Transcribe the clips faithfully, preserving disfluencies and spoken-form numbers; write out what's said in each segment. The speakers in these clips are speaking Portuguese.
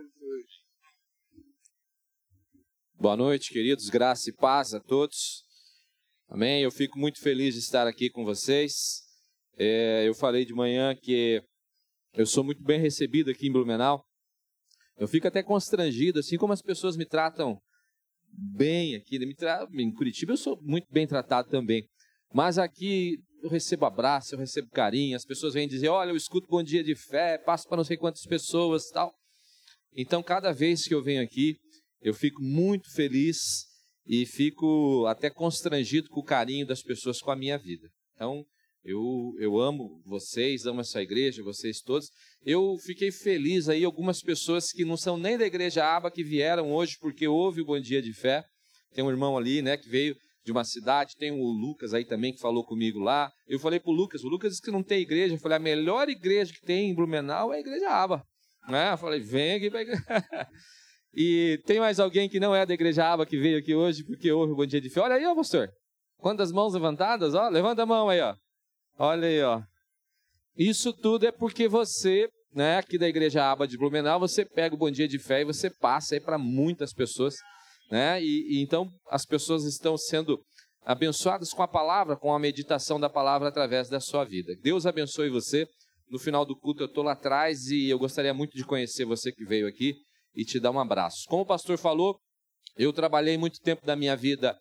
Boa noite, queridos, graça e paz a todos. Amém? Eu fico muito feliz de estar aqui com vocês. É, eu falei de manhã que eu sou muito bem recebido aqui em Blumenau. Eu fico até constrangido, assim como as pessoas me tratam bem aqui. Me tra... Em Curitiba eu sou muito bem tratado também. Mas aqui eu recebo abraço, eu recebo carinho. As pessoas vêm dizer, olha, eu escuto Bom Dia de Fé, passo para não sei quantas pessoas e tal. Então, cada vez que eu venho aqui, eu fico muito feliz e fico até constrangido com o carinho das pessoas com a minha vida. Então, eu, eu amo vocês, amo essa igreja, vocês todos. Eu fiquei feliz aí, algumas pessoas que não são nem da Igreja Aba, que vieram hoje porque houve o Bom Dia de Fé. Tem um irmão ali, né, que veio de uma cidade, tem o Lucas aí também que falou comigo lá. Eu falei pro Lucas, o Lucas disse que não tem igreja. Eu falei, a melhor igreja que tem em Blumenau é a Igreja Aba. Né? Eu falei, vem aqui pra igreja. E tem mais alguém que não é da Igreja Aba que veio aqui hoje porque houve o Bom Dia de Fé? Olha aí, ó, pastor. Quantas mãos levantadas, ó. Levanta a mão aí, ó. Olha aí, ó. Isso tudo é porque você, né, aqui da Igreja Aba de Blumenau, você pega o Bom Dia de Fé e você passa aí para muitas pessoas, né? E, e então as pessoas estão sendo abençoadas com a palavra, com a meditação da palavra através da sua vida. Deus abençoe você. No final do culto eu estou lá atrás e eu gostaria muito de conhecer você que veio aqui e te dar um abraço. Como o pastor falou, eu trabalhei muito tempo da minha vida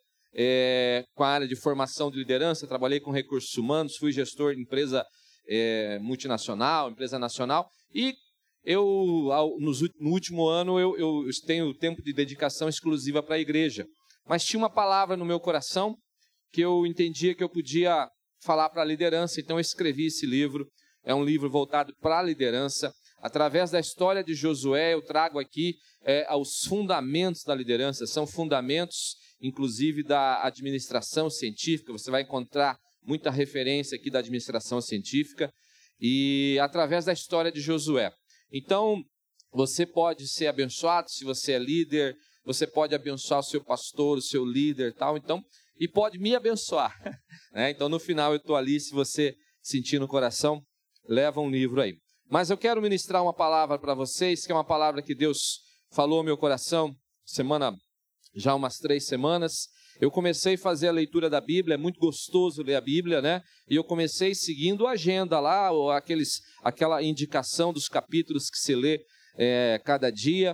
é, com a área de formação de liderança, trabalhei com recursos humanos, fui gestor de empresa é, multinacional, empresa nacional, e eu, ao, no, no último ano, eu, eu tenho tempo de dedicação exclusiva para a igreja. Mas tinha uma palavra no meu coração que eu entendia que eu podia falar para a liderança, então eu escrevi esse livro. É um livro voltado para a liderança. Através da história de Josué, eu trago aqui é, os fundamentos da liderança. São fundamentos, inclusive, da administração científica. Você vai encontrar muita referência aqui da administração científica. E através da história de Josué. Então, você pode ser abençoado se você é líder. Você pode abençoar o seu pastor, o seu líder e tal. Então, e pode me abençoar. né? Então, no final, eu estou ali. Se você sentir no coração, leva um livro aí. Mas eu quero ministrar uma palavra para vocês, que é uma palavra que Deus falou ao meu coração, semana, já umas três semanas. Eu comecei a fazer a leitura da Bíblia, é muito gostoso ler a Bíblia, né? E eu comecei seguindo a agenda lá, ou aqueles, aquela indicação dos capítulos que se lê é, cada dia.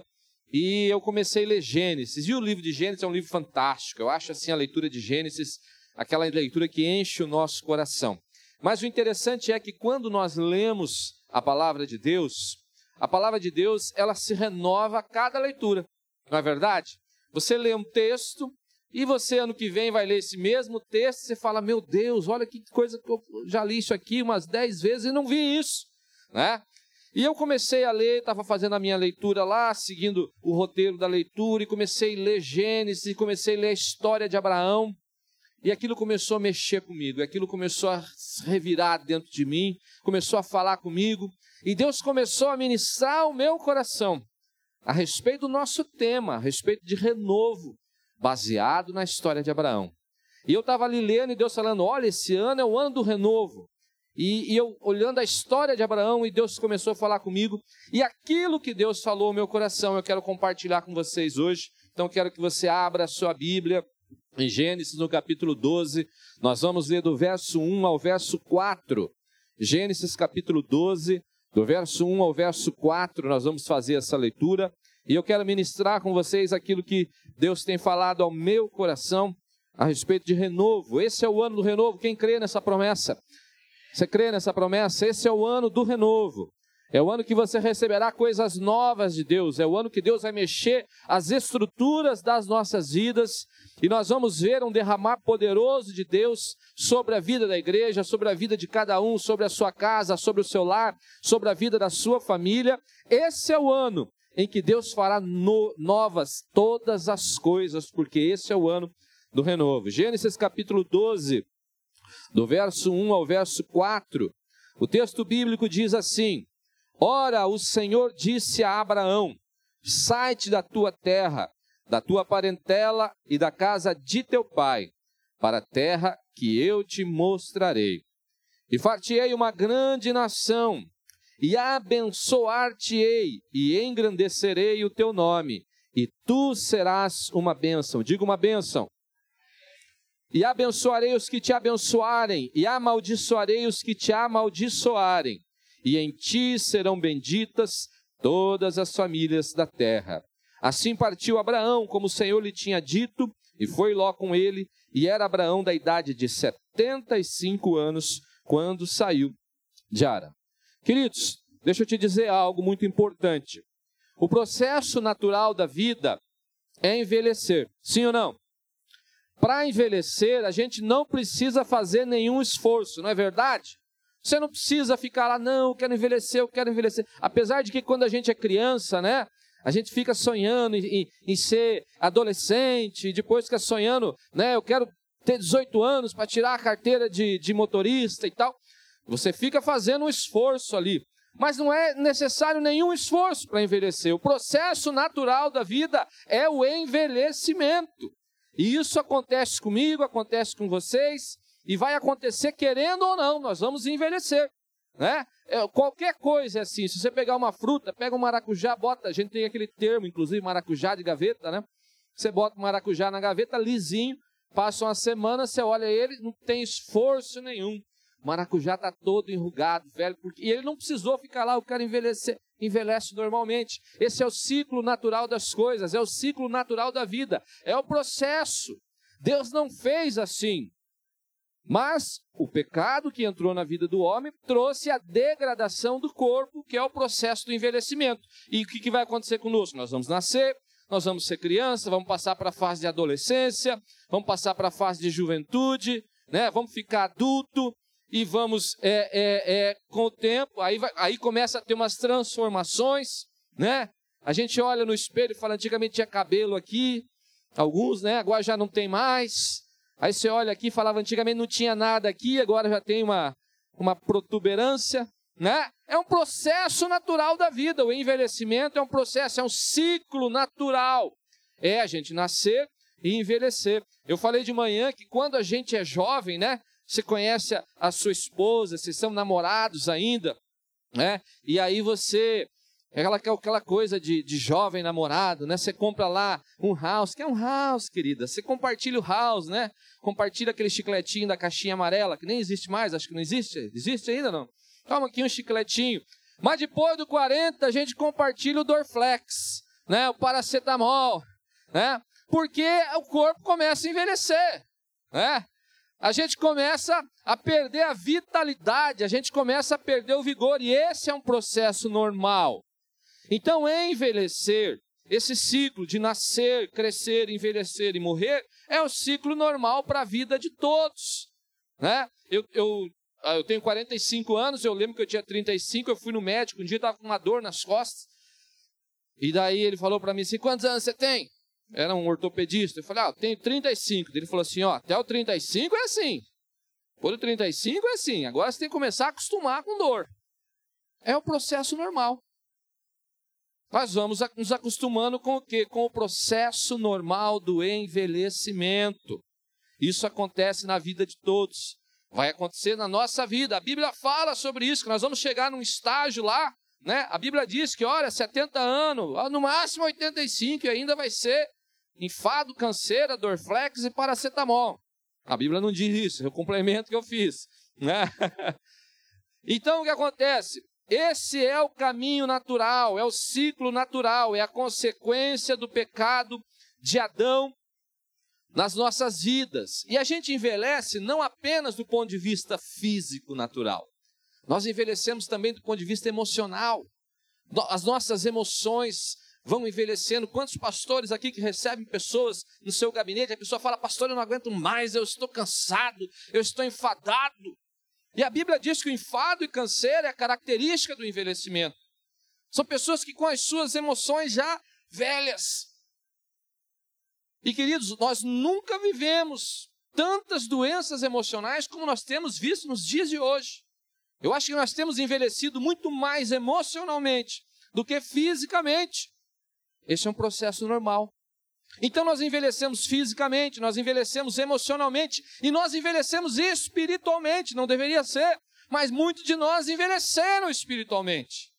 E eu comecei a ler Gênesis. E o livro de Gênesis é um livro fantástico. Eu acho assim a leitura de Gênesis, aquela leitura que enche o nosso coração. Mas o interessante é que quando nós lemos a palavra de Deus, a palavra de Deus, ela se renova a cada leitura, não é verdade? Você lê um texto e você ano que vem vai ler esse mesmo texto e você fala, meu Deus, olha que coisa que eu já li isso aqui umas dez vezes e não vi isso, né? E eu comecei a ler, estava fazendo a minha leitura lá, seguindo o roteiro da leitura e comecei a ler Gênesis, comecei a ler a história de Abraão. E aquilo começou a mexer comigo, aquilo começou a revirar dentro de mim, começou a falar comigo, e Deus começou a ministrar o meu coração a respeito do nosso tema, a respeito de renovo, baseado na história de Abraão. E eu estava ali lendo e Deus falando, olha, esse ano é o ano do renovo. E, e eu olhando a história de Abraão e Deus começou a falar comigo, e aquilo que Deus falou ao meu coração, eu quero compartilhar com vocês hoje. Então eu quero que você abra a sua Bíblia, em Gênesis, no capítulo doze, nós vamos ler do verso um ao verso quatro. Gênesis, capítulo doze, do verso um ao verso quatro, nós vamos fazer essa leitura. E eu quero ministrar com vocês aquilo que Deus tem falado ao meu coração a respeito de renovo. Esse é o ano do renovo. Quem crê nessa promessa? Você crê nessa promessa? Esse é o ano do renovo. É o ano que você receberá coisas novas de Deus. É o ano que Deus vai mexer as estruturas das nossas vidas. E nós vamos ver um derramar poderoso de Deus sobre a vida da igreja, sobre a vida de cada um, sobre a sua casa, sobre o seu lar, sobre a vida da sua família. Esse é o ano em que Deus fará no, novas todas as coisas, porque esse é o ano do renovo. Gênesis capítulo doze, do verso um ao verso quatro. O texto bíblico diz assim: Ora, o Senhor disse a Abraão, sai-te da tua terra, da tua parentela e da casa de teu pai, para a terra que eu te mostrarei. E far-te-ei uma grande nação, e abençoar-te-ei, e engrandecerei o teu nome, e tu serás uma bênção. Diga uma bênção. E abençoarei os que te abençoarem, e amaldiçoarei os que te amaldiçoarem, e em ti serão benditas todas as famílias da terra. Assim partiu Abraão, como o Senhor lhe tinha dito, e foi Ló com ele, e era Abraão da idade de setenta e cinco anos, quando saiu de Harã. Queridos, deixa eu te dizer algo muito importante. O processo natural da vida é envelhecer, sim ou não? Para envelhecer, a gente não precisa fazer nenhum esforço, não é verdade? Você não precisa ficar lá, não, eu quero envelhecer, eu quero envelhecer. Apesar de que quando a gente é criança, né, a gente fica sonhando em, em, em ser adolescente, depois fica sonhando, né, eu quero ter dezoito anos para tirar a carteira de, de motorista e tal. Você fica fazendo um esforço ali. Mas não é necessário nenhum esforço para envelhecer. O processo natural da vida é o envelhecimento. E isso acontece comigo, acontece com vocês, e vai acontecer querendo ou não, nós vamos envelhecer, né? É, qualquer coisa é assim, se você pegar uma fruta, pega um maracujá, bota, a gente tem aquele termo, inclusive maracujá de gaveta, né? Você bota o maracujá na gaveta, lisinho, passa uma semana, você olha ele, não tem esforço nenhum. O maracujá está todo enrugado, velho, porque... e ele não precisou ficar lá, eu quero envelhecer. Envelhece normalmente. Esse é o ciclo natural das coisas, é o ciclo natural da vida, é o processo. Deus não fez assim. Mas o pecado que entrou na vida do homem trouxe a degradação do corpo, que é o processo do envelhecimento. E o que, que vai acontecer conosco? Nós vamos nascer, nós vamos ser criança, vamos passar para a fase de adolescência, vamos passar para a fase de juventude, né? Vamos ficar adulto. E vamos, é, é, é, com o tempo, aí, vai, aí começa a ter umas transformações, né? A gente olha no espelho e fala, antigamente tinha cabelo aqui, alguns, né? Agora já não tem mais. Aí você olha aqui e falava, antigamente não tinha nada aqui, agora já tem uma, uma protuberância, né? É um processo natural da vida, o envelhecimento é um processo, é um ciclo natural. É a gente nascer e envelhecer. Eu falei de manhã que quando a gente é jovem, né? Você conhece a, a sua esposa, vocês são namorados ainda, né? E aí você, aquela, aquela coisa de, de jovem namorado, né? Você compra lá um house, que é um house, querida. Você compartilha o house, né? Compartilha aquele chicletinho da caixinha amarela, que nem existe mais, acho que não existe. Existe ainda não? Toma aqui um chicletinho. Mas depois do quarenta, a gente compartilha o Dorflex, né? O paracetamol, né? Porque o corpo começa a envelhecer, né? A gente começa a perder a vitalidade, a gente começa a perder o vigor, e esse é um processo normal. Então, envelhecer, esse ciclo de nascer, crescer, envelhecer e morrer, é o ciclo normal para a vida de todos, né? Eu, eu, eu tenho quarenta e cinco anos, eu lembro que eu tinha trinta e cinco, eu fui no médico, um dia eu estava com uma dor nas costas, e daí ele falou para mim assim, quantos anos você tem? Era um ortopedista. Eu falei, ah, eu tenho trinta e cinco. Ele falou assim, ó, até o trinta e cinco é assim. Por o trinta e cinco é assim. Agora você tem que começar a acostumar com dor. É o processo normal. Nós vamos nos acostumando com o quê? Com o processo normal do envelhecimento. Isso acontece na vida de todos. Vai acontecer na nossa vida. A Bíblia fala sobre isso, que nós vamos chegar num estágio lá, né? A Bíblia diz que, olha, setenta anos, no máximo oitenta e cinco, e ainda vai ser enfado, canseira, Dorflex e paracetamol. A Bíblia não diz isso, é o complemento que eu fiz, né? Então, o que acontece? Esse é o caminho natural, é o ciclo natural, é a consequência do pecado de Adão nas nossas vidas. E a gente envelhece não apenas do ponto de vista físico natural. Nós envelhecemos também do ponto de vista emocional. As nossas emoções vão envelhecendo. Quantos pastores aqui que recebem pessoas no seu gabinete, a pessoa fala, pastor, eu não aguento mais, eu estou cansado, eu estou enfadado. E a Bíblia diz que o enfado e canseira é a característica do envelhecimento. São pessoas que com as suas emoções já velhas. E queridos, nós nunca vivemos tantas doenças emocionais como nós temos visto nos dias de hoje. Eu acho que nós temos envelhecido muito mais emocionalmente do que fisicamente. Esse é um processo normal. Então nós envelhecemos fisicamente, nós envelhecemos emocionalmente e nós envelhecemos espiritualmente, não deveria ser. Mas muitos de nós envelheceram espiritualmente.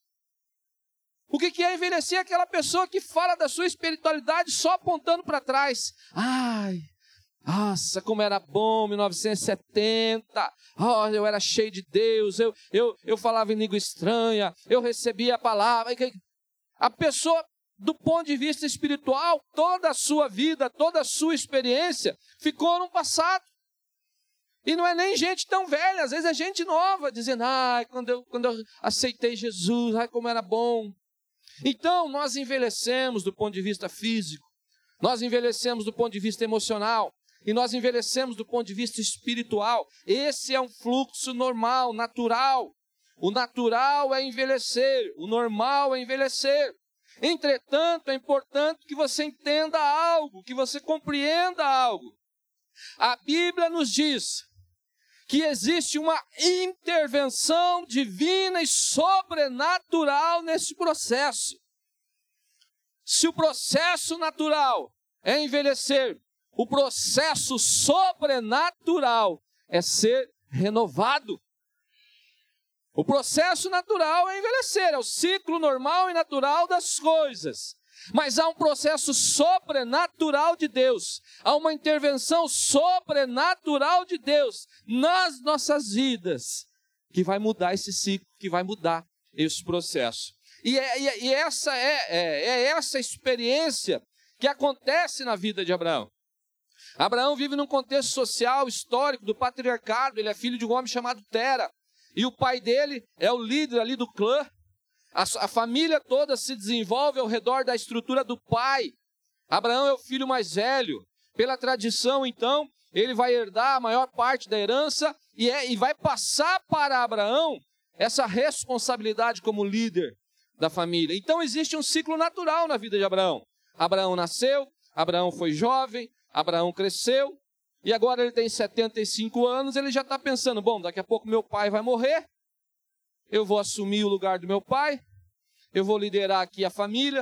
O que é envelhecer? Aquela pessoa que fala da sua espiritualidade só apontando para trás. Ai, nossa, como era bom, mil novecentos e setenta, oh, eu era cheio de Deus, eu, eu, eu falava em língua estranha, eu recebia a palavra. A pessoa, do ponto de vista espiritual, toda a sua vida, toda a sua experiência ficou no passado. E não é nem gente tão velha, às vezes é gente nova, dizendo, ai, quando eu, quando eu aceitei Jesus, ai, como era bom. Então, nós envelhecemos do ponto de vista físico, nós envelhecemos do ponto de vista emocional, e nós envelhecemos do ponto de vista espiritual. Esse é um fluxo normal, natural. O natural é envelhecer, o normal é envelhecer. Entretanto, é importante que você entenda algo, que você compreenda algo. A Bíblia nos diz que existe uma intervenção divina e sobrenatural nesse processo. Se o processo natural é envelhecer, o processo sobrenatural é ser renovado. O processo natural é envelhecer, é o ciclo normal e natural das coisas. Mas há um processo sobrenatural de Deus, há uma intervenção sobrenatural de Deus nas nossas vidas, que vai mudar esse ciclo, que vai mudar esse processo. E, é, e, e essa é, é, é essa experiência que acontece na vida de Abraão. Abraão vive num contexto social, histórico, do patriarcado. Ele é filho de um homem chamado Tera, e o pai dele é o líder ali do clã. A, a família toda se desenvolve ao redor da estrutura do pai. Abraão é o filho mais velho. Pela tradição, então, ele vai herdar a maior parte da herança e, é, e vai passar para Abraão essa responsabilidade como líder da família. Então, existe um ciclo natural na vida de Abraão. Abraão nasceu, Abraão foi jovem, Abraão cresceu, e agora ele tem setenta e cinco anos, ele já está pensando, bom, daqui a pouco meu pai vai morrer, eu vou assumir o lugar do meu pai, eu vou liderar aqui a família,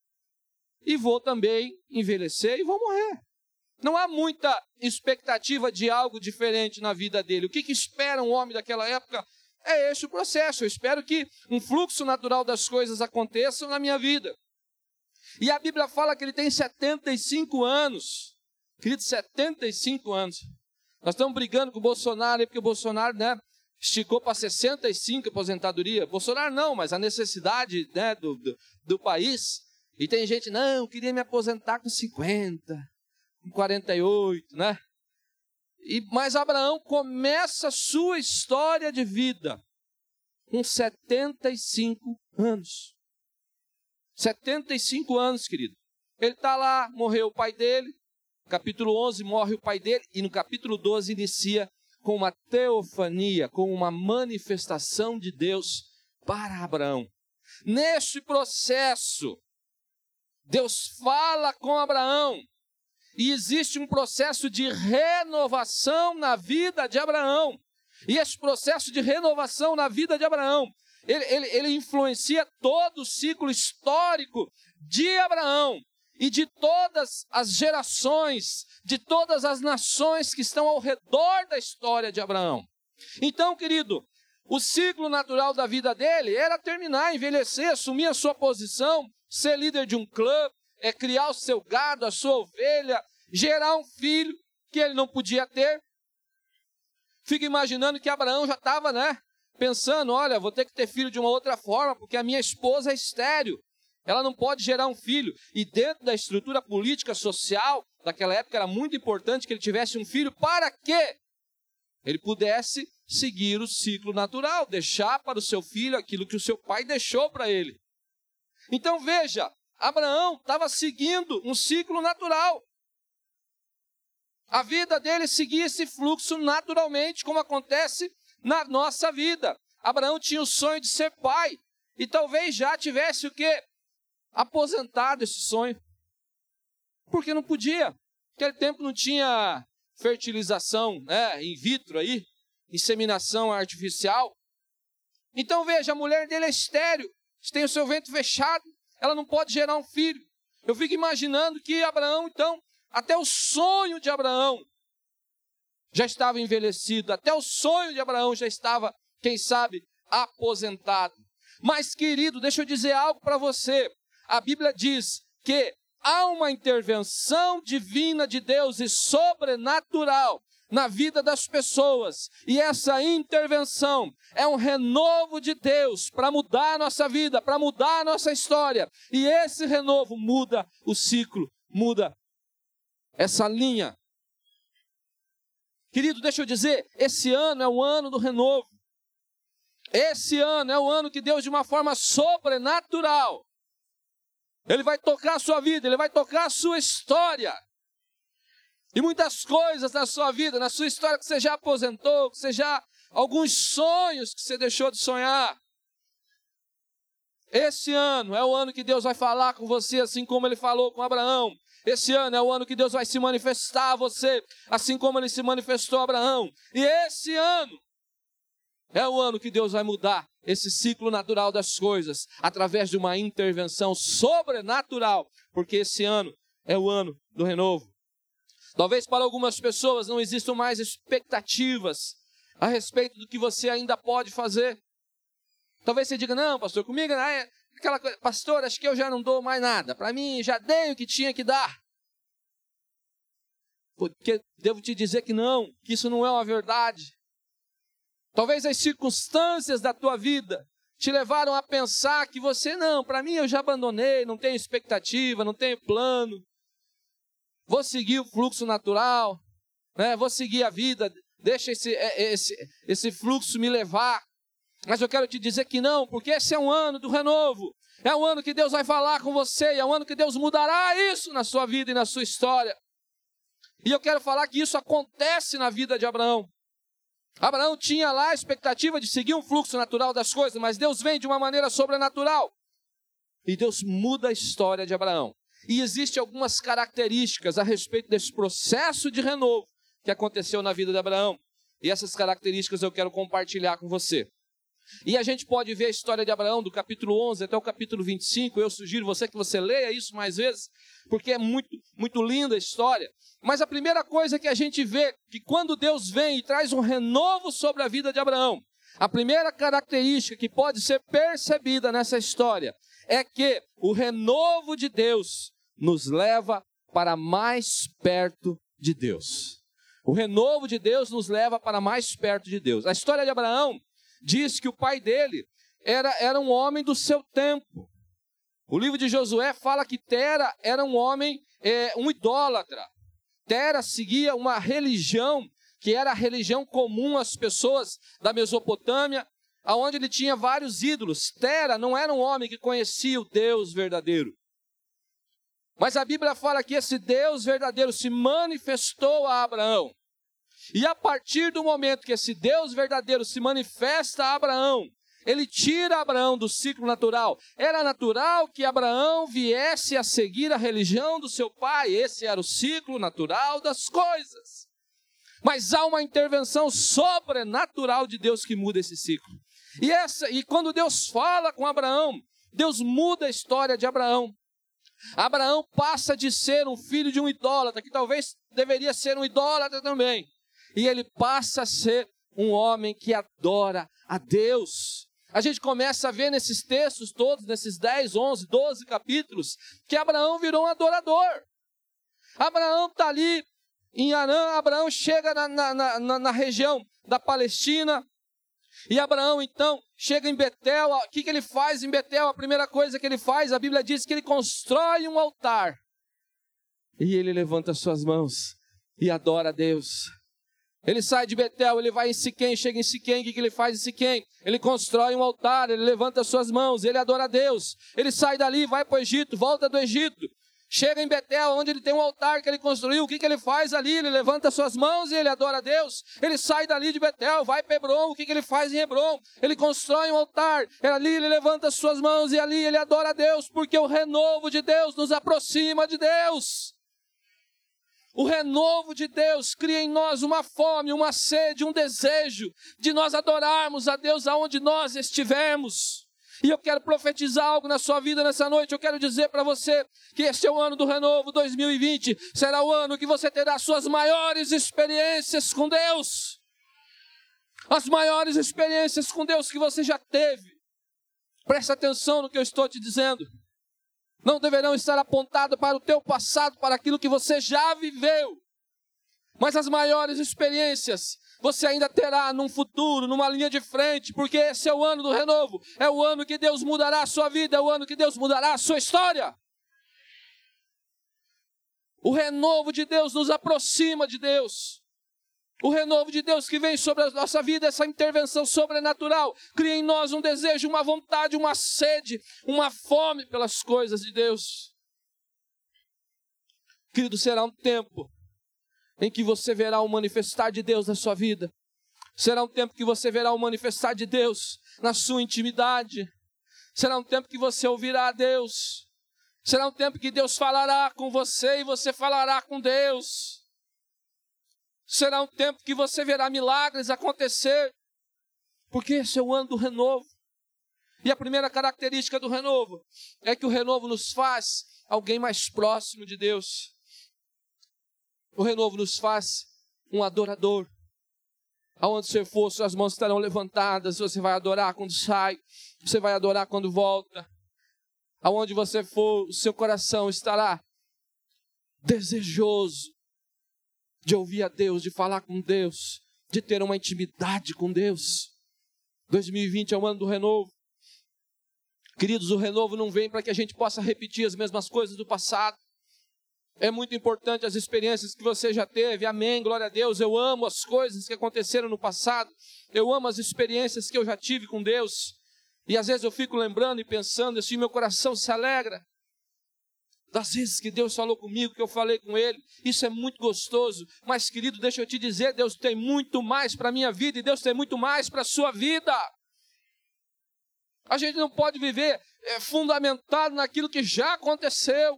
e vou também envelhecer e vou morrer. Não há muita expectativa de algo diferente na vida dele. O que, que espera um homem daquela época? É esse o processo. Eu espero que um fluxo natural das coisas aconteça na minha vida. E a Bíblia fala que ele tem setenta e cinco anos. Querido, setenta e cinco anos. Nós estamos brigando com o Bolsonaro aí, porque o Bolsonaro, né, esticou para sessenta e cinco a aposentadoria. Bolsonaro não, mas a necessidade, né, do, do, do país. E tem gente, não, eu queria me aposentar com cinquenta, com quarenta e oito, né? E, mas Abraão começa a sua história de vida com setenta e cinco anos. setenta e cinco anos, querido. Ele está lá, morreu o pai dele. No capítulo onze morre o pai dele. E no capítulo doze inicia com uma teofania, com uma manifestação de Deus para Abraão. Neste processo, Deus fala com Abraão. E existe um processo de renovação na vida de Abraão. E esse processo de renovação na vida de Abraão, ele, ele, ele influencia todo o ciclo histórico de Abraão e de todas as gerações, de todas as nações que estão ao redor da história de Abraão. Então, querido, o ciclo natural da vida dele era terminar, envelhecer, assumir a sua posição, ser líder de um clã, é criar o seu gado, a sua ovelha, gerar um filho que ele não podia ter. Fica imaginando que Abraão já estava, né, pensando, olha, vou ter que ter filho de uma outra forma, porque a minha esposa é estéril, ela não pode gerar um filho. E dentro da estrutura política social daquela época era muito importante que ele tivesse um filho para que ele pudesse seguir o ciclo natural, deixar para o seu filho aquilo que o seu pai deixou para ele. Então veja, Abraão estava seguindo um ciclo natural. A vida dele seguia esse fluxo naturalmente, como acontece na nossa vida. Abraão tinha o sonho de ser pai, e talvez já tivesse o quê? Aposentado esse sonho. Porque não podia. Naquele tempo não tinha fertilização, né, in vitro aí, inseminação artificial. Então veja, a mulher dele é estéril, tem o seu ventre fechado, ela não pode gerar um filho. Eu fico imaginando que Abraão, então, até o sonho de Abraão já estava envelhecido, até o sonho de Abraão já estava quem sabe, aposentado. Mas, querido, deixa eu dizer algo para você. A Bíblia diz que há uma intervenção divina de Deus e sobrenatural na vida das pessoas. E essa intervenção é um renovo de Deus para mudar a nossa vida, para mudar a nossa história. E esse renovo muda o ciclo, muda essa linha. Querido, deixa eu dizer, esse ano é o ano do renovo. Esse ano é o ano que Deus, de uma forma sobrenatural, Ele vai tocar a sua vida, Ele vai tocar a sua história. E muitas coisas na sua vida, na sua história que você já aposentou, que você já... alguns sonhos que você deixou de sonhar. Esse ano é o ano que Deus vai falar com você, assim como Ele falou com Abraão. Esse ano é o ano que Deus vai se manifestar a você, assim como Ele se manifestou a Abraão. E esse ano é o ano que Deus vai mudar esse ciclo natural das coisas, através de uma intervenção sobrenatural, porque esse ano é o ano do renovo. Talvez para algumas pessoas não existam mais expectativas a respeito do que você ainda pode fazer. Talvez você diga, não, pastor, comigo é aquela coisa, pastor, acho que eu já não dou mais nada. Para mim, já dei o que tinha que dar. Porque devo te dizer que não, que isso não é uma verdade. Talvez as circunstâncias da tua vida te levaram a pensar que você, não, para mim eu já abandonei, não tenho expectativa, não tenho plano. Vou seguir o fluxo natural, né? Vou seguir a vida, deixa esse, esse, esse fluxo me levar. Mas eu quero te dizer que não, porque esse é um ano do renovo. É um ano que Deus vai falar com você, é um ano que Deus mudará isso na sua vida e na sua história. E eu quero falar que isso acontece na vida de Abraão. Abraão tinha lá a expectativa de seguir um fluxo natural das coisas, mas Deus vem de uma maneira sobrenatural. E Deus muda a história de Abraão. E existem algumas características a respeito desse processo de renovo que aconteceu na vida de Abraão. E essas características eu quero compartilhar com você. E a gente pode ver a história de Abraão do capítulo onze até o capítulo vinte e cinco. Eu sugiro você que você leia isso mais vezes, porque é muito, muito linda a história. Mas a primeira coisa que a gente vê, que quando Deus vem e traz um renovo sobre a vida de Abraão, a primeira característica que pode ser percebida nessa história é que o renovo de Deus nos leva para mais perto de Deus. O renovo de Deus nos leva para mais perto de Deus. A história de Abraão diz que o pai dele era, era um homem do seu tempo. O livro de Josué fala que Tera era um homem, é, um idólatra. Tera seguia uma religião que era a religião comum às pessoas da Mesopotâmia, onde ele tinha vários ídolos. Tera não era um homem que conhecia o Deus verdadeiro. Mas a Bíblia fala que esse Deus verdadeiro se manifestou a Abraão. E a partir do momento que esse Deus verdadeiro se manifesta a Abraão, ele tira Abraão do ciclo natural. Era natural que Abraão viesse a seguir a religião do seu pai. Esse era o ciclo natural das coisas. Mas há uma intervenção sobrenatural de Deus que muda esse ciclo. E, essa, e quando Deus fala com Abraão, Deus muda a história de Abraão. Abraão passa de ser um filho de um idólatra, que talvez deveria ser um idólatra também. E ele passa a ser um homem que adora a Deus. A gente começa a ver nesses textos todos, nesses dez, onze, doze capítulos, que Abraão virou um adorador. Abraão está ali em Arã, Abraão chega na, na, na, na região da Palestina, e Abraão então chega em Betel. O que, que ele faz em Betel? A primeira coisa que ele faz, a Bíblia diz que ele constrói um altar. E ele levanta suas mãos e adora a Deus. Ele sai de Betel, ele vai em Siquém, chega em Siquém, o que, que ele faz em Siquém? Ele constrói um altar, ele levanta suas mãos, ele adora a Deus. Ele sai dali, vai para o Egito, volta do Egito. Chega em Betel, onde ele tem um altar que ele construiu, o que, que ele faz ali? Ele levanta suas mãos e ele adora a Deus. Ele sai dali de Betel, vai para Hebron, o que, que ele faz em Hebron? Ele constrói um altar, ali ele levanta suas mãos e ali ele adora a Deus, porque o renovo de Deus nos aproxima de Deus. O renovo de Deus cria em nós uma fome, uma sede, um desejo de nós adorarmos a Deus aonde nós estivermos. E eu quero profetizar algo na sua vida nessa noite. Eu quero dizer para você que este é o ano do renovo. Dois mil e vinte será o ano que você terá suas maiores experiências com Deus. As maiores experiências com Deus que você já teve, presta atenção no que eu estou te dizendo, não deverão estar apontadas para o teu passado, para aquilo que você já viveu. Mas as maiores experiências você ainda terá num futuro, numa linha de frente, porque esse é o ano do renovo. É o ano que Deus mudará a sua vida, é o ano que Deus mudará a sua história. O renovo de Deus nos aproxima de Deus. O renovo de Deus que vem sobre a nossa vida, essa intervenção sobrenatural, cria em nós um desejo, uma vontade, uma sede, uma fome pelas coisas de Deus. Querido, será um tempo em que você verá o manifestar de Deus na sua vida. Será um tempo que você verá o manifestar de Deus na sua intimidade. Será um tempo que você ouvirá a Deus. Será um tempo que Deus falará com você e você falará com Deus. Será um tempo que você verá milagres acontecer, porque esse é o ano do renovo. E a primeira característica do renovo é que o renovo nos faz alguém mais próximo de Deus. O renovo nos faz um adorador. Aonde você for, suas mãos estarão levantadas, você vai adorar quando sai, você vai adorar quando volta. Aonde você for, o seu coração estará desejoso de ouvir a Deus, de falar com Deus, de ter uma intimidade com Deus. dois mil e vinte é o ano do renovo. Queridos, o renovo não vem para que a gente possa repetir as mesmas coisas do passado. É muito importante as experiências que você já teve, amém, glória a Deus. Eu amo as coisas que aconteceram no passado, eu amo as experiências que eu já tive com Deus. E às vezes eu fico lembrando e pensando assim, meu coração se alegra das vezes que Deus falou comigo, que eu falei com Ele. Isso é muito gostoso. Mas, querido, deixa eu te dizer, Deus tem muito mais para a minha vida e Deus tem muito mais para a sua vida. A gente não pode viver é, fundamentado naquilo que já aconteceu.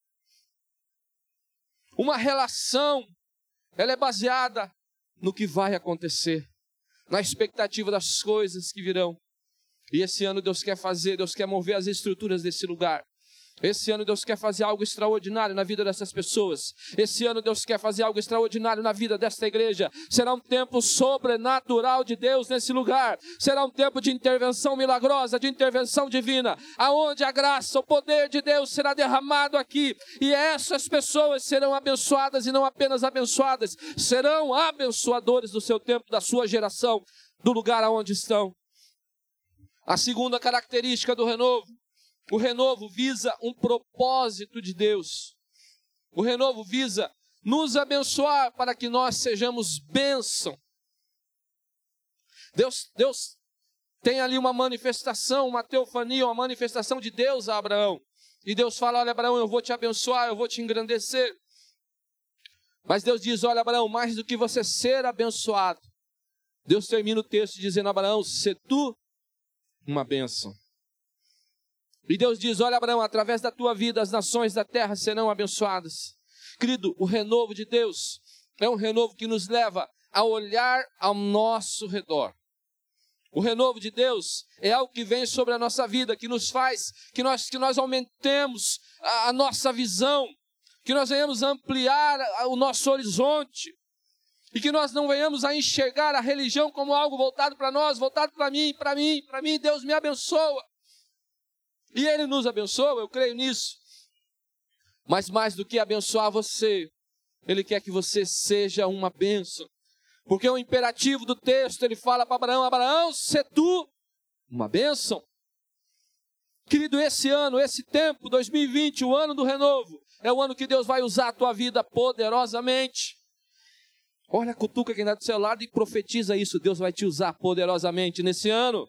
Uma relação, ela é baseada no que vai acontecer, na expectativa das coisas que virão. E esse ano Deus quer fazer, Deus quer mover as estruturas desse lugar. Esse ano Deus quer fazer algo extraordinário na vida dessas pessoas. Esse ano Deus quer fazer algo extraordinário na vida desta igreja. Será um tempo sobrenatural de Deus nesse lugar. Será um tempo de intervenção milagrosa, de intervenção divina, aonde a graça, o poder de Deus será derramado aqui. E essas pessoas serão abençoadas e não apenas abençoadas, serão abençoadores do seu tempo, da sua geração, do lugar aonde estão. A segunda característica do renovo: o renovo visa um propósito de Deus. O renovo visa nos abençoar para que nós sejamos bênção. Deus, Deus tem ali uma manifestação, uma teofania, uma manifestação de Deus a Abraão. E Deus fala, olha Abraão, eu vou te abençoar, eu vou te engrandecer. Mas Deus diz, olha Abraão, mais do que você ser abençoado. Deus termina o texto dizendo, Abraão, se tu uma bênção. E Deus diz, olha Abraão, através da tua vida as nações da terra serão abençoadas. Querido, o renovo de Deus é um renovo que nos leva a olhar ao nosso redor. O renovo de Deus é algo que vem sobre a nossa vida, que nos faz, que nós, que nós aumentemos a, a nossa visão, que nós venhamos ampliar a, o nosso horizonte, e que nós não venhamos a enxergar a religião como algo voltado para nós, voltado para mim, para mim, para mim, Deus me abençoa. E Ele nos abençoa, eu creio nisso. Mas mais do que abençoar você, Ele quer que você seja uma bênção. Porque o imperativo do texto, ele fala para Abraão, Abraão, se tu uma bênção. Querido, esse ano, esse tempo, dois mil e vinte, o ano do renovo, é o ano que Deus vai usar a tua vida poderosamente. Olha a cutuca quem está do seu lado e profetiza isso, Deus vai te usar poderosamente nesse ano.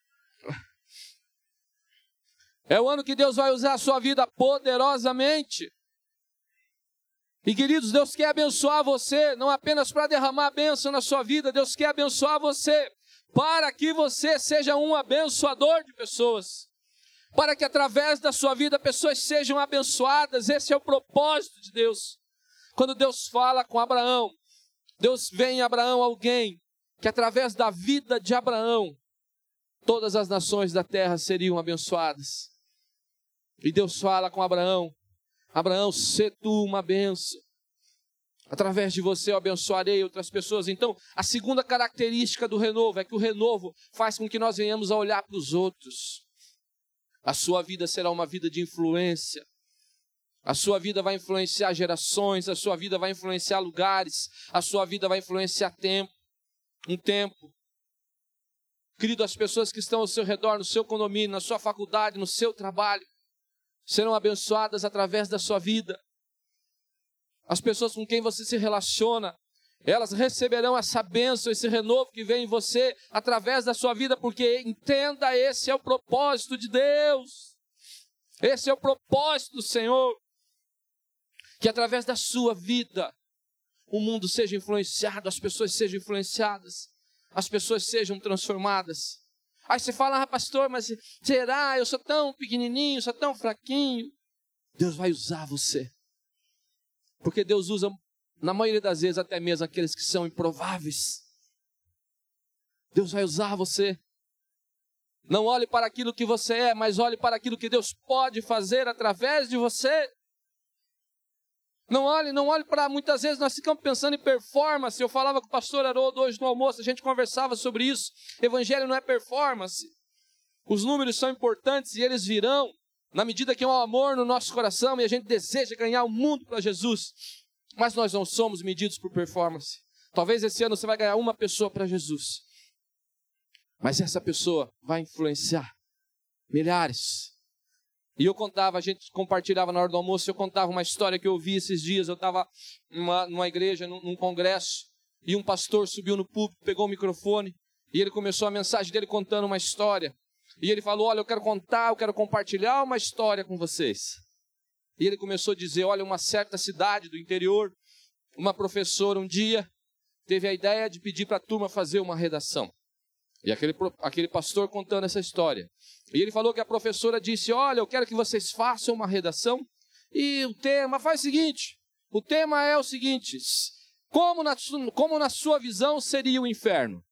É o ano que Deus vai usar a sua vida poderosamente. E queridos, Deus quer abençoar você, não apenas para derramar a bênção na sua vida, Deus quer abençoar você, para que você seja um abençoador de pessoas. Para que através da sua vida pessoas sejam abençoadas, esse é o propósito de Deus. Quando Deus fala com Abraão, Deus vê em Abraão alguém que através da vida de Abraão, todas as nações da terra seriam abençoadas. E Deus fala com Abraão, Abraão, se tu uma bênção. Através de você eu abençoarei outras pessoas. Então, a segunda característica do renovo é que o renovo faz com que nós venhamos a olhar para os outros. A sua vida será uma vida de influência. A sua vida vai influenciar gerações, a sua vida vai influenciar lugares, a sua vida vai influenciar tempo, um tempo. Querido, as pessoas que estão ao seu redor, no seu condomínio, na sua faculdade, no seu trabalho, serão abençoadas através da sua vida. As pessoas com quem você se relaciona, elas receberão essa bênção, esse renovo que vem em você através da sua vida, porque entenda, esse é o propósito de Deus. Esse é o propósito do Senhor. Que através da sua vida, o mundo seja influenciado, as pessoas sejam influenciadas, as pessoas sejam transformadas. Aí você fala, ah, pastor, mas será? Eu sou tão pequenininho, sou tão fraquinho. Deus vai usar você. Porque Deus usa, na maioria das vezes, até mesmo aqueles que são improváveis. Deus vai usar você. Não olhe para aquilo que você é, mas olhe para aquilo que Deus pode fazer através de você. Não olhe, não olhe para, muitas vezes nós ficamos pensando em performance. Eu falava com o pastor Haroldo hoje no almoço, a gente conversava sobre isso. Evangelho não é performance. Os números são importantes e eles virão na medida que há um amor no nosso coração e a gente deseja ganhar o mundo para Jesus. Mas nós não somos medidos por performance. Talvez esse ano você vai ganhar uma pessoa para Jesus. Mas essa pessoa vai influenciar milhares. E eu contava, a gente compartilhava na hora do almoço, eu contava uma história que eu ouvi esses dias. Eu estava numa, numa igreja, num, num congresso, e um pastor subiu no púlpito, pegou o microfone, e ele começou a mensagem dele contando uma história. E ele falou, olha, eu quero contar, eu quero compartilhar uma história com vocês. E ele começou a dizer, olha, uma certa cidade do interior, uma professora um dia teve a ideia de pedir para a turma fazer uma redação. E aquele, aquele pastor contando essa história. E ele falou que a professora disse, olha, eu quero que vocês façam uma redação. E o tema, faz o seguinte, o tema é o seguinte, como na, como na sua visão seria o inferno?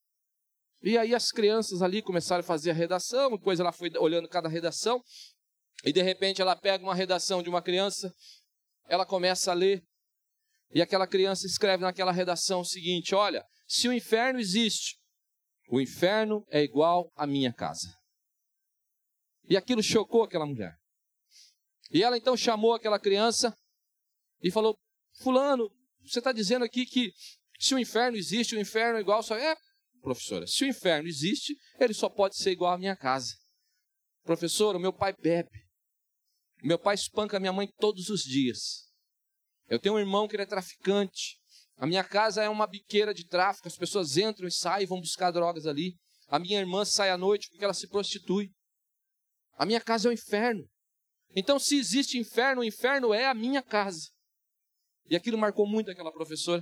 E aí as crianças ali começaram a fazer a redação, depois ela foi olhando cada redação, e de repente ela pega uma redação de uma criança, ela começa a ler, e aquela criança escreve naquela redação o seguinte, olha, se o inferno existe, o inferno é igual à minha casa. E aquilo chocou aquela mulher. E ela então chamou aquela criança e falou, fulano, você está dizendo aqui que se o inferno existe, o inferno é igual... Só... É, professora, se o inferno existe, ele só pode ser igual à minha casa. Professora, o meu pai bebe. O meu pai espanca a minha mãe todos os dias. Eu tenho um irmão que ele é traficante. A minha casa é uma biqueira de tráfico, as pessoas entram e saem, vão buscar drogas ali. A minha irmã sai à noite porque ela se prostitui. A minha casa é o inferno. Então, se existe inferno, o inferno é a minha casa. E aquilo marcou muito aquela professora.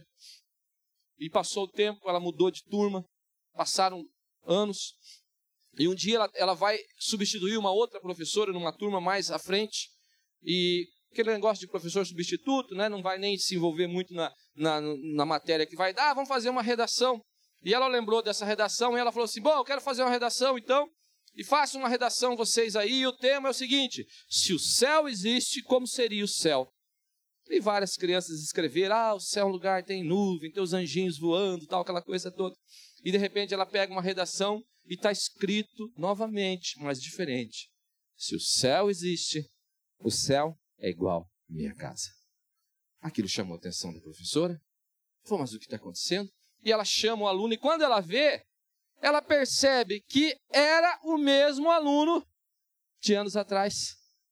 E passou o tempo, ela mudou de turma, passaram anos. E um dia ela, ela vai substituir uma outra professora numa turma mais à frente. E aquele negócio de professor substituto, né, não vai nem se envolver muito na, na, na matéria que vai dar, vamos fazer uma redação. E ela lembrou dessa redação e ela falou assim, bom, eu quero fazer uma redação então, e façam uma redação vocês aí, e o tema é o seguinte, se o céu existe, como seria o céu? E várias crianças escreveram, ah, o céu é um lugar, tem nuvem, tem os anjinhos voando, tal, aquela coisa toda. E de repente ela pega uma redação e está escrito novamente, mas diferente. Se o céu existe, o céu é igual à minha casa. Aquilo chamou a atenção da professora. Falou, mas o que está acontecendo? E ela chama o aluno e quando ela vê, ela percebe que era o mesmo aluno de anos atrás.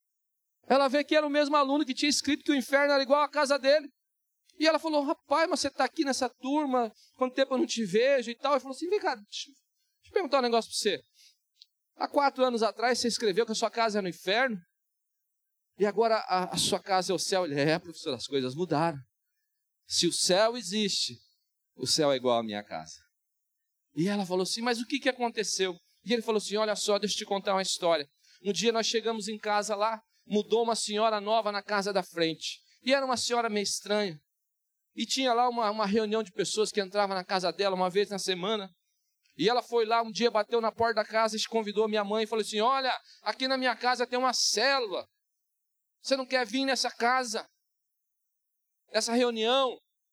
Ela vê que era o mesmo aluno que tinha escrito que o inferno era igual à casa dele. E ela falou, rapaz, mas você está aqui nessa turma, quanto tempo eu não te vejo e tal. Ele falou assim, vem cá, deixa, deixa eu perguntar um negócio para você. Há quatro anos atrás você escreveu que a sua casa é no inferno? E agora a, a sua casa é o céu? Ele, é, professor, as coisas mudaram. Se o céu existe, o céu é igual à minha casa. E ela falou assim, mas o que, que aconteceu? E ele falou assim, olha só, deixa eu te contar uma história. Um dia nós chegamos em casa lá, mudou uma senhora nova na casa da frente. E era uma senhora meio estranha. E tinha lá uma, uma reunião de pessoas que entravam na casa dela uma vez na semana. E ela foi lá, um dia bateu na porta da casa e convidou minha mãe e falou assim, olha, aqui na minha casa tem uma célula. Você não quer vir nessa casa? Nessa reunião?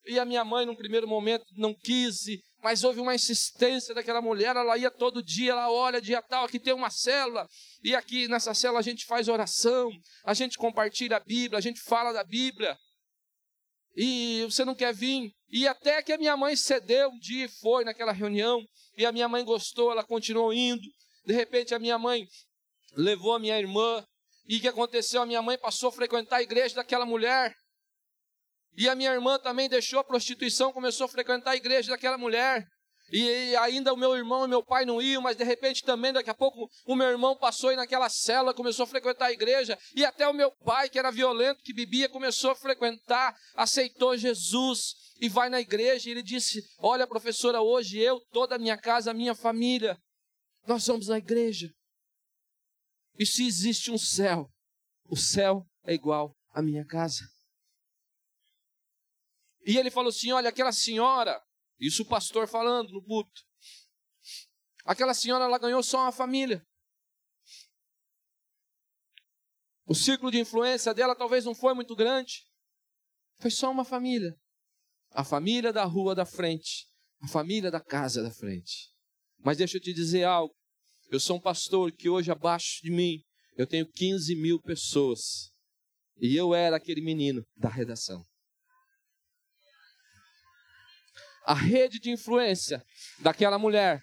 E a minha mãe, num primeiro momento, não quis, mas houve uma insistência daquela mulher. Ela ia todo dia, ela olha, dia tal, aqui tem uma célula, e aqui nessa célula a gente faz oração, a gente compartilha a Bíblia, a gente fala da Bíblia, e você não quer vir? E até que a minha mãe cedeu um dia e foi naquela reunião, e a minha mãe gostou, ela continuou indo. De repente a minha mãe levou a minha irmã, e o que aconteceu? A minha mãe passou a frequentar a igreja daquela mulher, e a minha irmã também deixou a prostituição, começou a frequentar a igreja daquela mulher. E ainda o meu irmão e meu pai não iam, mas de repente também, daqui a pouco, o meu irmão passou aí naquela célula, começou a frequentar a igreja, e até o meu pai, que era violento, que bebia, começou a frequentar, aceitou Jesus, e vai na igreja, e ele disse, olha professora, hoje eu, toda a minha casa, a minha família, nós vamos na igreja. E se existe um céu, o céu é igual à minha casa. E ele falou assim, olha, aquela senhora, isso o pastor falando no púlpito, aquela senhora, ela ganhou só uma família. O círculo de influência dela talvez não foi muito grande, foi só uma família. A família da rua da frente, a família da casa da frente. Mas deixa eu te dizer algo, eu sou um pastor que hoje abaixo de mim, eu tenho quinze mil pessoas, e eu era aquele menino da redação. A rede de influência daquela mulher,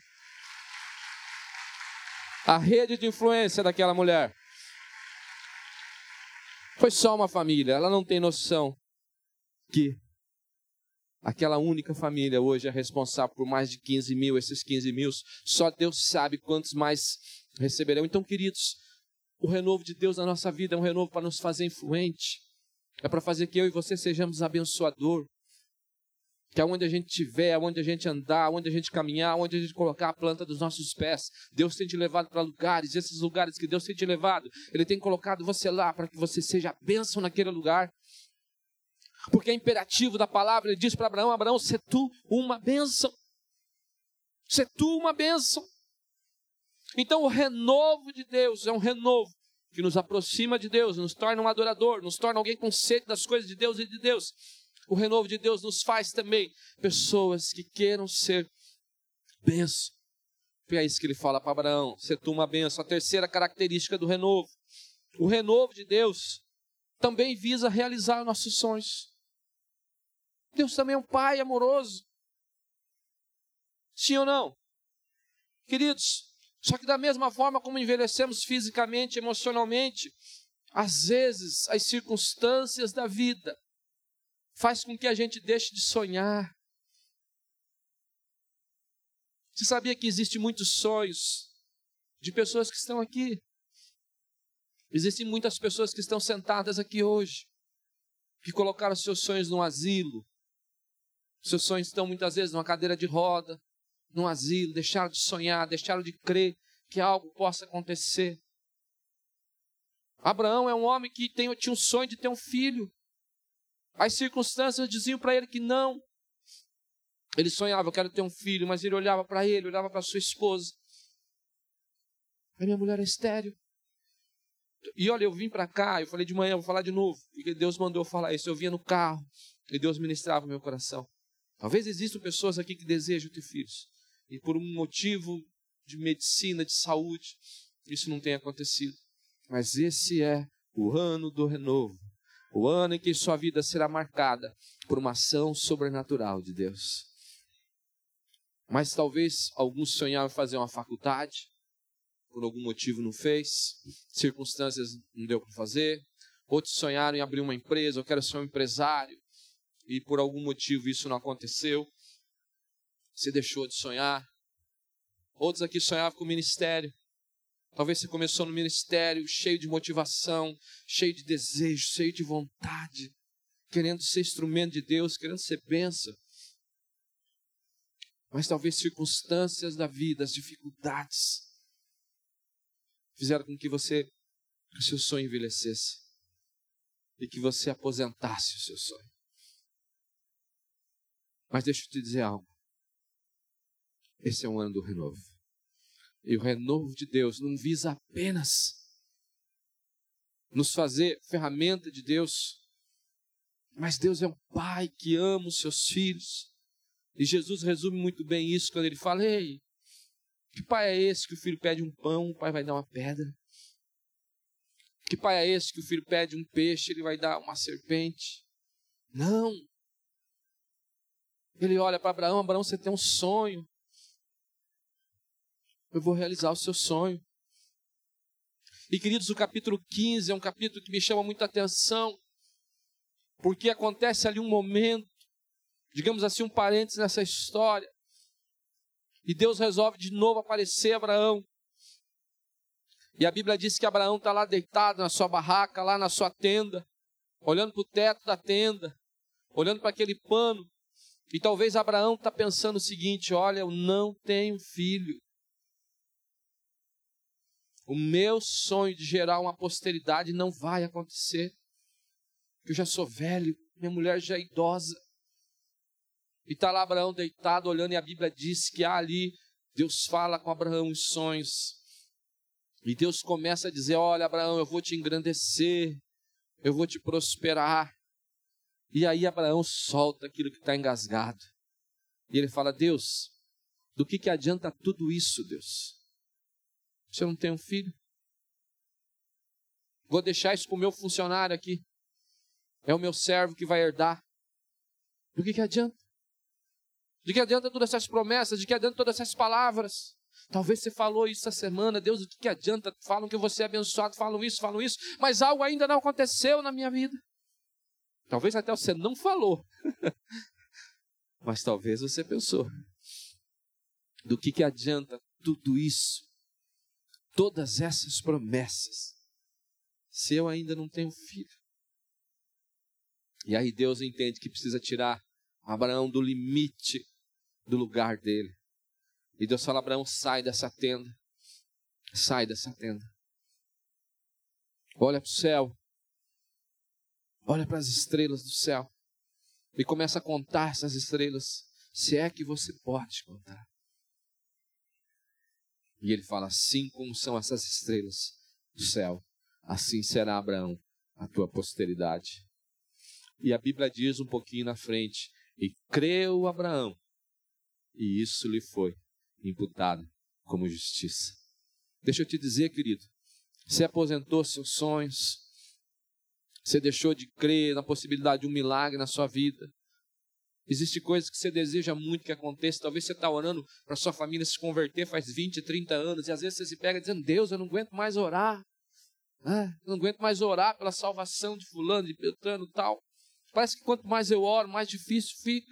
a rede de influência daquela mulher, foi só uma família. Ela não tem noção que aquela única família hoje é responsável por mais de quinze mil, esses quinze mil, só Deus sabe quantos mais receberão. Então, queridos, o renovo de Deus na nossa vida é um renovo para nos fazer influente, é para fazer que eu e você sejamos abençoador. Que aonde a gente estiver, aonde a gente andar, aonde a gente caminhar, aonde a gente colocar a planta dos nossos pés, Deus tem te levado para lugares, esses lugares que Deus tem te levado, Ele tem colocado você lá para que você seja bênção naquele lugar. Porque é imperativo da palavra, Ele diz para Abraão, Abraão, sê tu uma bênção. Sê tu uma bênção. Então o renovo de Deus é um renovo que nos aproxima de Deus, nos torna um adorador, nos torna alguém com sede das coisas de Deus e de Deus. O renovo de Deus nos faz também pessoas que queiram ser bênção. E é isso que ele fala para Abraão, ser tu uma bênção. A terceira característica do renovo. O renovo de Deus também visa realizar nossos sonhos. Deus também é um Pai amoroso. Sim ou não? Queridos, só que da mesma forma como envelhecemos fisicamente, emocionalmente, às vezes as circunstâncias da vida faz com que a gente deixe de sonhar. Você sabia que existem muitos sonhos de pessoas que estão aqui? Existem muitas pessoas que estão sentadas aqui hoje, que colocaram seus sonhos num asilo. Seus sonhos estão muitas vezes numa cadeira de roda, num asilo, deixaram de sonhar, deixaram de crer que algo possa acontecer. Abraão é um homem que tem, tinha um sonho de ter um filho. As circunstâncias diziam para ele que não. Ele sonhava, eu quero ter um filho, mas ele olhava para ele, olhava para sua esposa. A minha mulher é estéril. E olha, eu vim para cá, eu falei de manhã, vou falar de novo, porque Deus mandou eu falar isso. Eu vinha no carro e Deus ministrava o meu coração. Talvez existam pessoas aqui que desejam ter filhos, e por um motivo de medicina, de saúde, isso não tem acontecido. Mas esse é o ano do renovo. O ano em que sua vida será marcada por uma ação sobrenatural de Deus. Mas talvez alguns sonhavam em fazer uma faculdade, por algum motivo não fez, circunstâncias não deu para fazer. Outros sonharam em abrir uma empresa, eu quero ser um empresário, e por algum motivo isso não aconteceu. Você deixou de sonhar. Outros aqui sonhavam com o ministério. Talvez você começou no ministério cheio de motivação, cheio de desejo, cheio de vontade, querendo ser instrumento de Deus, querendo ser bênção. Mas talvez circunstâncias da vida, as dificuldades, fizeram com que você, que o seu sonho envelhecesse e que você aposentasse o seu sonho. Mas deixa eu te dizer algo. Esse é um ano do renovo. E o renovo de Deus não visa apenas nos fazer ferramenta de Deus, Mas Deus é um pai que ama os seus filhos. E Jesus resume muito bem isso quando ele fala: ei, que pai é esse que o filho pede um pão, o pai vai dar uma pedra? Que pai é esse que o filho pede um peixe, ele vai dar uma serpente? Não. Ele olha para Abraão: Abraão, você tem um sonho. Eu vou realizar o seu sonho. E queridos, o capítulo quinze é um capítulo que me chama muita atenção, porque acontece ali um momento, digamos assim, um parênteses nessa história, e Deus resolve de novo aparecer a Abraão. E a Bíblia diz que Abraão está lá deitado na sua barraca, lá na sua tenda, olhando para o teto da tenda, olhando para aquele pano, e talvez Abraão está pensando o seguinte: olha, eu não tenho filho. O meu sonho de gerar uma posteridade não vai acontecer. Eu já sou velho, minha mulher já é idosa. E está lá Abraão deitado, olhando, e a Bíblia diz que ali Deus fala com Abraão em sonhos. E Deus começa a dizer: olha, Abraão, eu vou te engrandecer, eu vou te prosperar. E aí Abraão solta aquilo que está engasgado. E ele fala: Deus, do que, que adianta tudo isso, Deus? Se eu não tenho um filho? Vou deixar isso para o meu funcionário aqui. É o meu servo que vai herdar. Do que, que adianta? De que adianta todas essas promessas? De que adianta todas essas palavras? Talvez você falou isso essa semana: Deus, do que, que adianta? Falam que você é abençoado, falam isso, falam isso, mas algo ainda não aconteceu na minha vida. Talvez até você não falou, mas talvez você pensou: do que, que adianta tudo isso? Todas essas promessas, se eu ainda não tenho filho? E aí Deus entende que precisa tirar Abraão do limite do lugar dele. E Deus fala: Abraão, sai dessa tenda. Sai dessa tenda. Olha para o céu. Olha para as estrelas do céu. E começa a contar essas estrelas, se é que você pode contar. E ele fala: assim como são essas estrelas do céu, assim será, Abraão, a tua posteridade. E a Bíblia diz um pouquinho na frente: e creu Abraão, e isso lhe foi imputado como justiça. Deixa eu te dizer, querido, você aposentou seus sonhos, você deixou de crer na possibilidade de um milagre na sua vida. Existem coisas que você deseja muito que aconteça. Talvez você está orando para sua família se converter faz vinte, trinta anos, e às vezes você se pega dizendo: Deus, eu não aguento mais orar. Ah, eu não aguento mais orar pela salvação de fulano, de Beltrano e tal. Parece que quanto mais eu oro, mais difícil fica.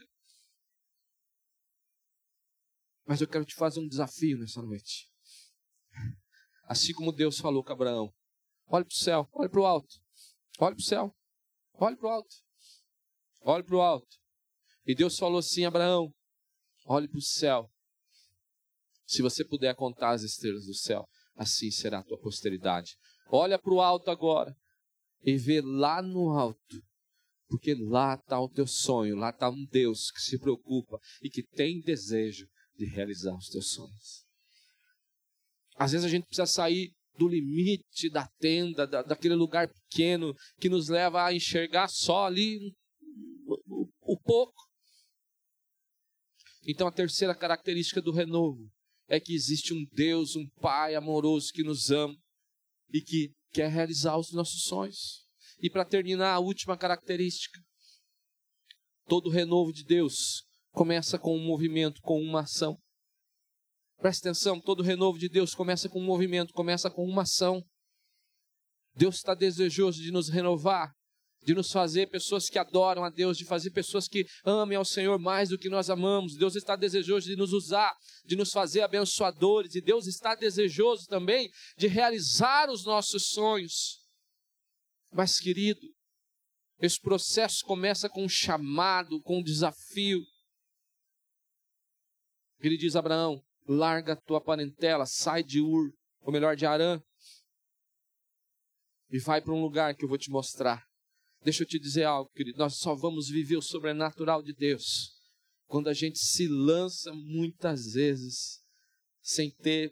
Mas eu quero te fazer um desafio nessa noite. Assim como Deus falou com Abraão: olhe para o céu, olhe para o alto. Olhe para o céu, olhe para o alto. Olhe para o alto. E Deus falou assim: Abraão, olhe para o céu. Se você puder contar as estrelas do céu, assim será a tua posteridade. Olha para o alto agora e vê lá no alto, porque lá está o teu sonho, lá está um Deus que se preocupa e que tem desejo de realizar os teus sonhos. Às vezes a gente precisa sair do limite da tenda, da, daquele lugar pequeno que nos leva a enxergar só ali o, o, o pouco. Então a terceira característica do renovo é que existe um Deus, um Pai amoroso que nos ama e que quer realizar os nossos sonhos. E para terminar, a última característica: todo renovo de Deus começa com um movimento, com uma ação. Presta atenção, todo renovo de Deus começa com um movimento, começa com uma ação. Deus está desejoso de nos renovar, de nos fazer pessoas que adoram a Deus, de fazer pessoas que amem ao Senhor mais do que nós amamos. Deus está desejoso de nos usar, de nos fazer abençoadores, e Deus está desejoso também de realizar os nossos sonhos. Mas, querido, esse processo começa com um chamado, com um desafio. Ele diz: Abraão, larga a tua parentela, sai de Ur, ou melhor, de Harã, e vai para um lugar que eu vou te mostrar. Deixa eu te dizer algo, querido, nós só vamos viver o sobrenatural de Deus quando a gente se lança muitas vezes sem ter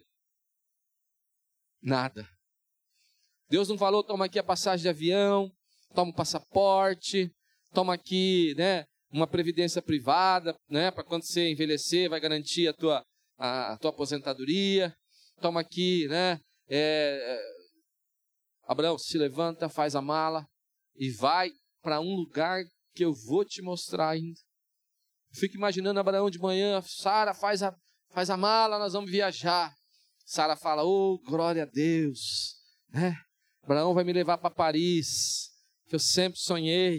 nada. Deus não falou: toma aqui a passagem de avião, toma o passaporte, toma aqui, né, uma previdência privada, né, para quando você envelhecer, vai garantir a tua, a, a tua aposentadoria. Toma aqui, né, é, Abraão, se levanta, faz a mala e vai para um lugar que eu vou te mostrar ainda. Fico imaginando Abraão de manhã, Sara, faz a, faz a mala, nós vamos viajar. Sara fala, oh, glória a Deus, né? Abraão vai me levar para Paris, que eu sempre sonhei.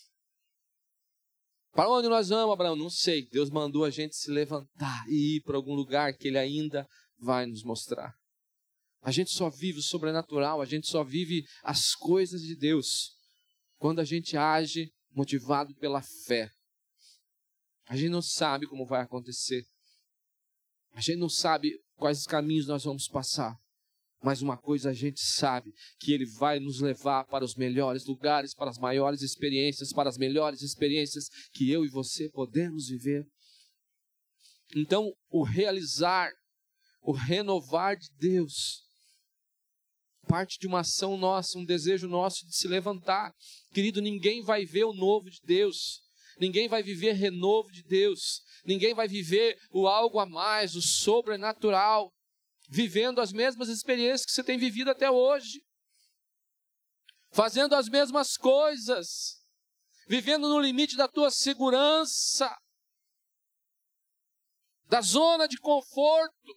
Para onde nós vamos, Abraão? Não sei. Deus mandou a gente se levantar e ir para algum lugar que Ele ainda vai nos mostrar. A gente só vive o sobrenatural, a gente só vive as coisas de Deus quando a gente age motivado pela fé. A gente não sabe como vai acontecer. A gente não sabe quais caminhos nós vamos passar. Mas uma coisa a gente sabe, que Ele vai nos levar para os melhores lugares, para as maiores experiências, para as melhores experiências que eu e você podemos viver. Então, o realizar, o renovar de Deus, parte de uma ação nossa, um desejo nosso de se levantar. Querido, ninguém vai ver o novo de Deus. Ninguém vai viver renovo de Deus. Ninguém vai viver o algo a mais, o sobrenatural, vivendo as mesmas experiências que você tem vivido até hoje. Fazendo as mesmas coisas. Vivendo no limite da tua segurança. Da zona de conforto.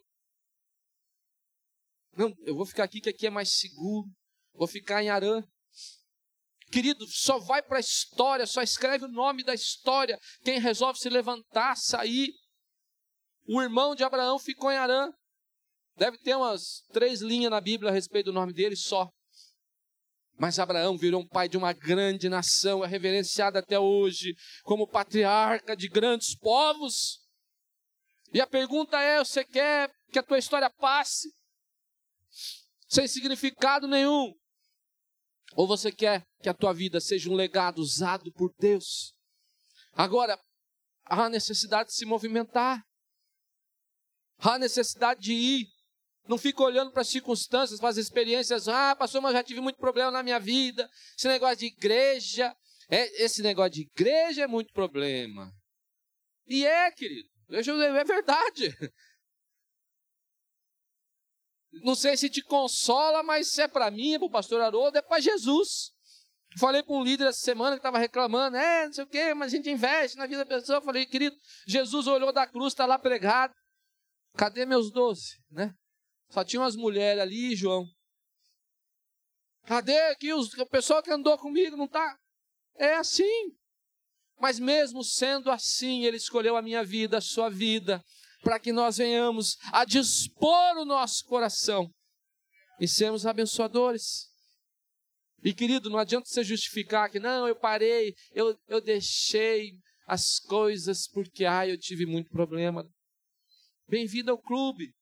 Não, eu vou ficar aqui que aqui é mais seguro. Vou ficar em Harã. Querido, só vai para a história, só escreve o nome da história quem resolve se levantar, sair. O irmão de Abraão ficou em Harã. Deve ter umas três linhas na Bíblia a respeito do nome dele só. Mas Abraão virou um pai de uma grande nação, é reverenciado até hoje como patriarca de grandes povos. E a pergunta é, você quer que a tua história passe sem significado nenhum? Ou você quer que a tua vida seja um legado usado por Deus? Agora, há necessidade de se movimentar. Há necessidade de ir. Não fica olhando para as circunstâncias, para as experiências. Ah, pastor, mas eu já tive muito problema na minha vida. Esse negócio de igreja. É, esse negócio de igreja é muito problema. E é, querido. É verdade. Não sei se te consola, mas se é para mim, é para o pastor Haroldo, é para Jesus. Falei com um líder essa semana que estava reclamando, é, não sei o quê, mas a gente investe na vida da pessoa. Eu falei, querido, Jesus olhou da cruz, está lá pregado. Cadê meus doze, né? Só tinha umas mulheres ali, João. Cadê aqui os, o pessoal que andou comigo, não está? É assim. Mas mesmo sendo assim, Ele escolheu a minha vida, a sua vida, para que nós venhamos a dispor o nosso coração e sermos abençoadores. E querido, não adianta você justificar que não, eu parei, eu, eu deixei as coisas porque ah, eu tive muito problema. Bem-vindo ao clube.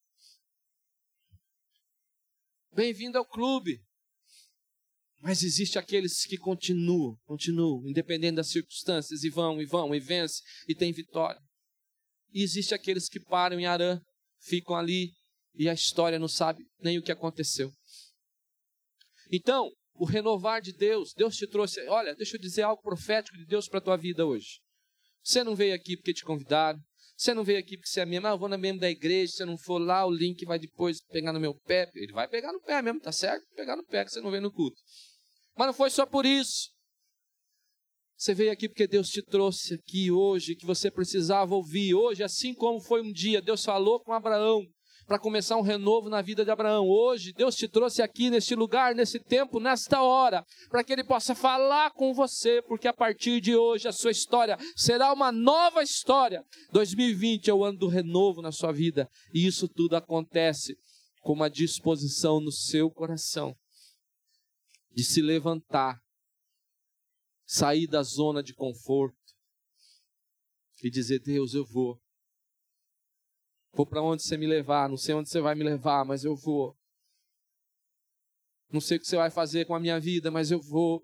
Bem-vindo ao clube. Mas existe aqueles que continuam, continuam, independente das circunstâncias, e vão, e vão, e vencem, e tem vitória. E existe aqueles que param em Harã, ficam ali, e a história não sabe nem o que aconteceu. Então, o renovar de Deus, Deus te trouxe, olha, deixa eu dizer algo profético de Deus para a tua vida hoje. Você não veio aqui porque te convidaram, você não veio aqui porque você é membro, ah, eu vou na membro da igreja, se você não for lá, o link vai depois pegar no meu pé, ele vai pegar no pé mesmo, tá certo? Pegar no pé, que você não veio no culto. Mas não foi só por isso. Você veio aqui porque Deus te trouxe aqui hoje, que você precisava ouvir. Hoje, assim como foi um dia, Deus falou com Abraão, para começar um renovo na vida de Abraão. Hoje, Deus te trouxe aqui, neste lugar, nesse tempo, nesta hora, para que Ele possa falar com você, porque a partir de hoje, a sua história será uma nova história. dois mil e vinte é o ano do renovo na sua vida, e isso tudo acontece com uma disposição no seu coração, de se levantar, sair da zona de conforto e dizer, Deus, eu vou. Vou para onde você me levar, não sei onde você vai me levar, mas eu vou. Não sei o que você vai fazer com a minha vida, mas eu vou.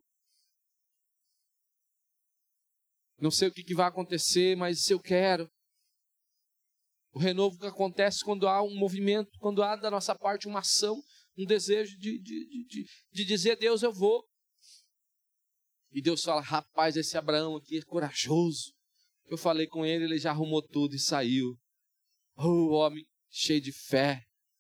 Não sei o que vai acontecer, mas eu quero. O renovo que acontece quando há um movimento, quando há da nossa parte uma ação, um desejo de, de, de, de dizer, Deus, eu vou. E Deus fala, rapaz, esse Abraão aqui é corajoso. Eu falei com ele, ele já arrumou tudo e saiu. Oh, homem cheio de fé.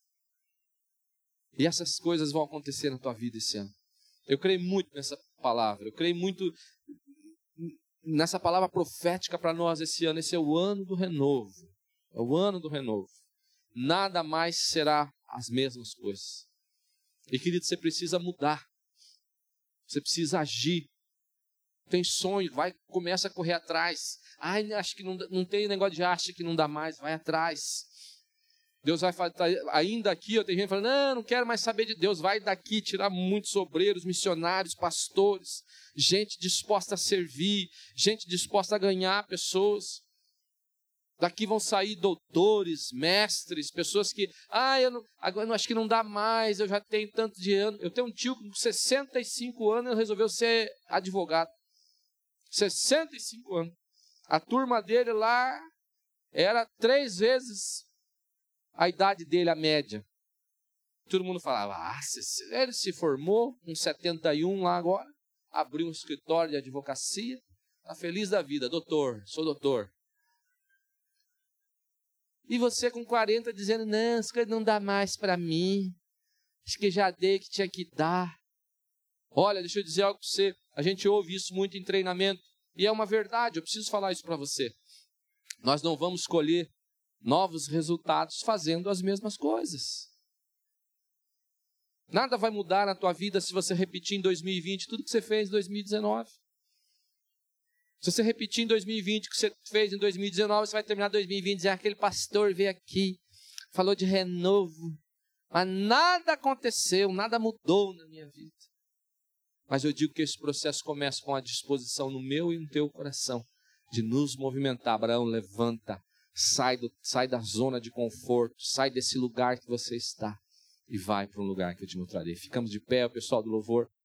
E essas coisas vão acontecer na tua vida esse ano. Eu creio muito nessa palavra. Eu creio muito nessa palavra profética para nós esse ano. Esse é o ano do renovo. É o ano do renovo. Nada mais será as mesmas coisas. E, querido, você precisa mudar. Você precisa agir. Tem sonho, vai, começa a correr atrás. Ai, acho que não, não tem negócio de acha que não dá mais, vai atrás. Deus vai fazer, ainda aqui, eu tenho gente falando, não, não quero mais saber de Deus. Vai daqui tirar muitos obreiros, missionários, pastores, gente disposta a servir, gente disposta a ganhar pessoas. Daqui vão sair doutores, mestres, pessoas que, ah, eu não, agora eu acho que não dá mais, eu já tenho tanto de ano. Eu tenho um tio com sessenta e cinco anos e resolveu ser advogado. sessenta e cinco anos. A turma dele lá era três vezes a idade dele, a média. Todo mundo falava, ah, ele se formou com setenta e um lá agora, abriu um escritório de advocacia, está feliz da vida, doutor, sou doutor. E você com quarenta dizendo, não, isso não dá mais para mim, acho que já dei o que tinha que dar. Olha, deixa eu dizer algo para você, a gente ouve isso muito em treinamento, e é uma verdade, eu preciso falar isso para você. Nós não vamos colher novos resultados fazendo as mesmas coisas. Nada vai mudar na tua vida se você repetir em dois mil e vinte tudo que você fez em dois mil e dezenove. Se você repetir em dois mil e vinte o que você fez em dois mil e dezenove, você vai terminar dois mil e vinte e dizer, aquele pastor veio aqui, falou de renovo, mas nada aconteceu, nada mudou na minha vida. Mas eu digo que esse processo começa com a disposição no meu e no teu coração, de nos movimentar. Abraão, levanta, sai, do, sai da zona de conforto, sai desse lugar que você está e vai para um lugar que eu te mostrarei. Ficamos de pé, o pessoal do louvor.